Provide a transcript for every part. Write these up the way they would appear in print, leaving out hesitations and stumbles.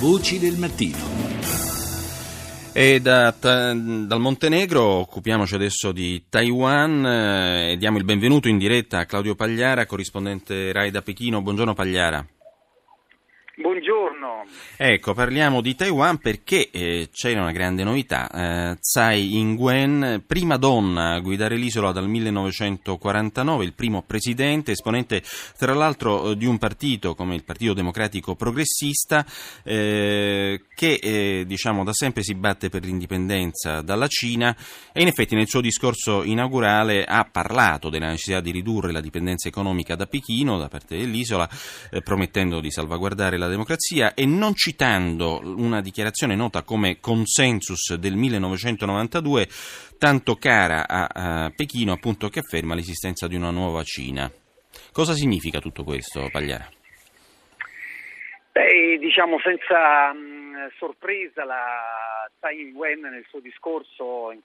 Voci del mattino. E dal Montenegro occupiamoci adesso di Taiwan e diamo il benvenuto in diretta a Claudio Pagliara, corrispondente Rai da Pechino. Buongiorno Pagliara. Buongiorno. Ecco, parliamo di Taiwan perché c'è una grande novità. Tsai Ing-wen, prima donna a guidare l'isola dal 1949, il primo presidente, esponente tra l'altro di un partito come il Partito Democratico Progressista che diciamo da sempre si batte per l'indipendenza dalla Cina e in effetti nel suo discorso inaugurale ha parlato della necessità di ridurre la dipendenza economica da Pechino, da parte dell'isola, promettendo di salvaguardare la democrazia e non citando una dichiarazione nota come Consensus del 1992, tanto cara a Pechino, appunto, che afferma l'esistenza di una nuova Cina. Cosa significa tutto questo, Pagliara? Diciamo senza sorpresa la Tsai Ing-wen nel suo discorso in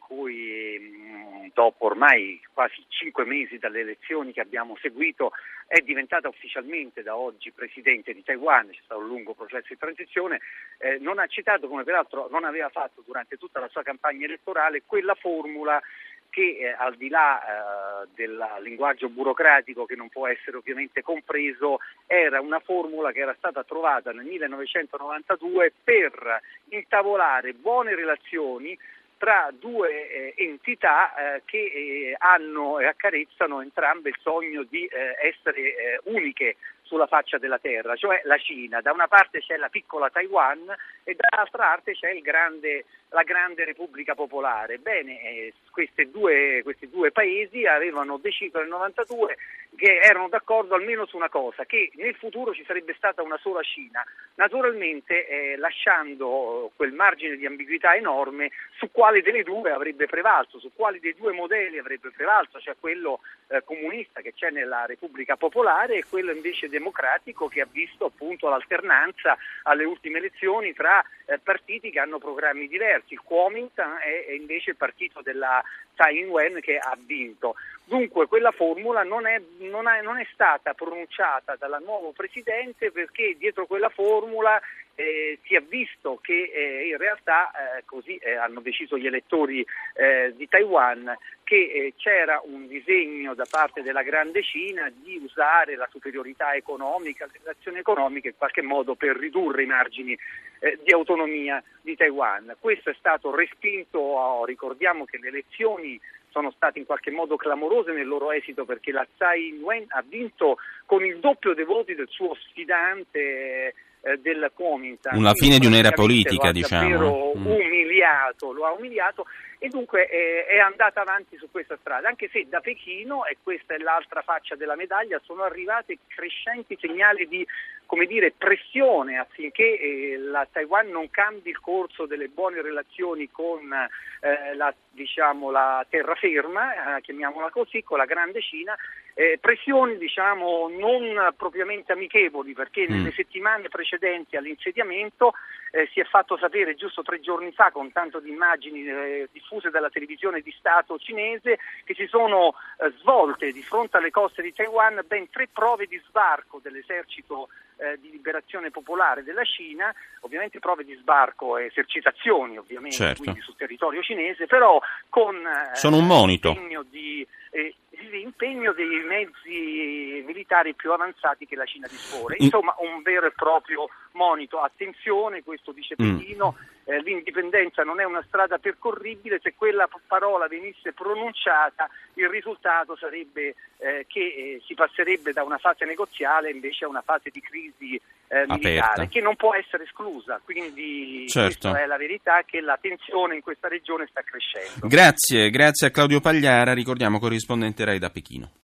cui dopo ormai quasi 5 mesi dalle elezioni che abbiamo seguito è diventata ufficialmente da oggi presidente di Taiwan, c'è stato un lungo processo di transizione, non ha citato, come peraltro non aveva fatto durante tutta la sua campagna elettorale, quella formula che al di là del linguaggio burocratico che non può essere ovviamente compreso, era una formula che era stata trovata nel 1992 per intavolare buone relazioni tra due entità che hanno e accarezzano entrambe il sogno di essere uniche sulla faccia della terra, cioè la Cina. Da una parte c'è la piccola Taiwan e dall'altra parte c'è la grande Repubblica Popolare. Bene, questi due paesi avevano deciso nel 92 che erano d'accordo almeno su una cosa, che nel futuro ci sarebbe stata una sola Cina, naturalmente lasciando quel margine di ambiguità enorme su quale delle due avrebbe prevalso, su quali dei due modelli avrebbe prevalso, cioè quello comunista che c'è nella Repubblica Popolare e quello invece democratico che ha visto appunto l'alternanza alle ultime elezioni tra partiti che hanno programmi diversi, il Kuomintang e invece il partito della Tsai Ing-wen che ha vinto. Dunque quella formula non è stata pronunciata dal nuovo presidente perché dietro quella formula si è visto che in realtà, così hanno deciso gli elettori di Taiwan, che c'era un disegno da parte della grande Cina di usare la superiorità economica, le relazioni economiche in qualche modo per ridurre i margini di autonomia di Taiwan. Questo è stato respinto, ricordiamo che le elezioni sono state in qualche modo clamorose nel loro esito perché la Tsai Ing-wen ha vinto con il doppio dei voti del suo sfidante del Kuomintang. La fine di un'era politica, diciamo. Lo ha umiliato e dunque è andata avanti su questa strada, anche se da Pechino, e questa è l'altra faccia della medaglia, sono arrivati crescenti segnali di, come dire, pressione affinché la Taiwan non cambi il corso delle buone relazioni con la terraferma, chiamiamola così, con la grande Cina, pressioni non propriamente amichevoli perché nelle settimane precedenti all'insediamento si è fatto sapere giusto 3 giorni fa con tanto di immagini diffuse dalla televisione di Stato cinese che si sono svolte di fronte alle coste di Taiwan ben 3 prove di sbarco dell'esercito di liberazione popolare della Cina, ovviamente prove di sbarco e esercitazioni ovviamente, certo, quindi sul territorio cinese, però con sono un monito. Impegno dei mezzi militari più avanzati che la Cina dispone. Insomma, un vero e proprio monito. Attenzione, questo dice Pechino, l'indipendenza non è una strada percorribile, se quella parola venisse pronunciata il risultato sarebbe che si passerebbe da una fase negoziale invece a una fase di crisi militare, aperta, che non può essere esclusa, quindi certo, questa è la verità, che la tensione in questa regione sta crescendo. Grazie a Claudio Pagliara, ricordiamo corrispondente Rai da Pechino.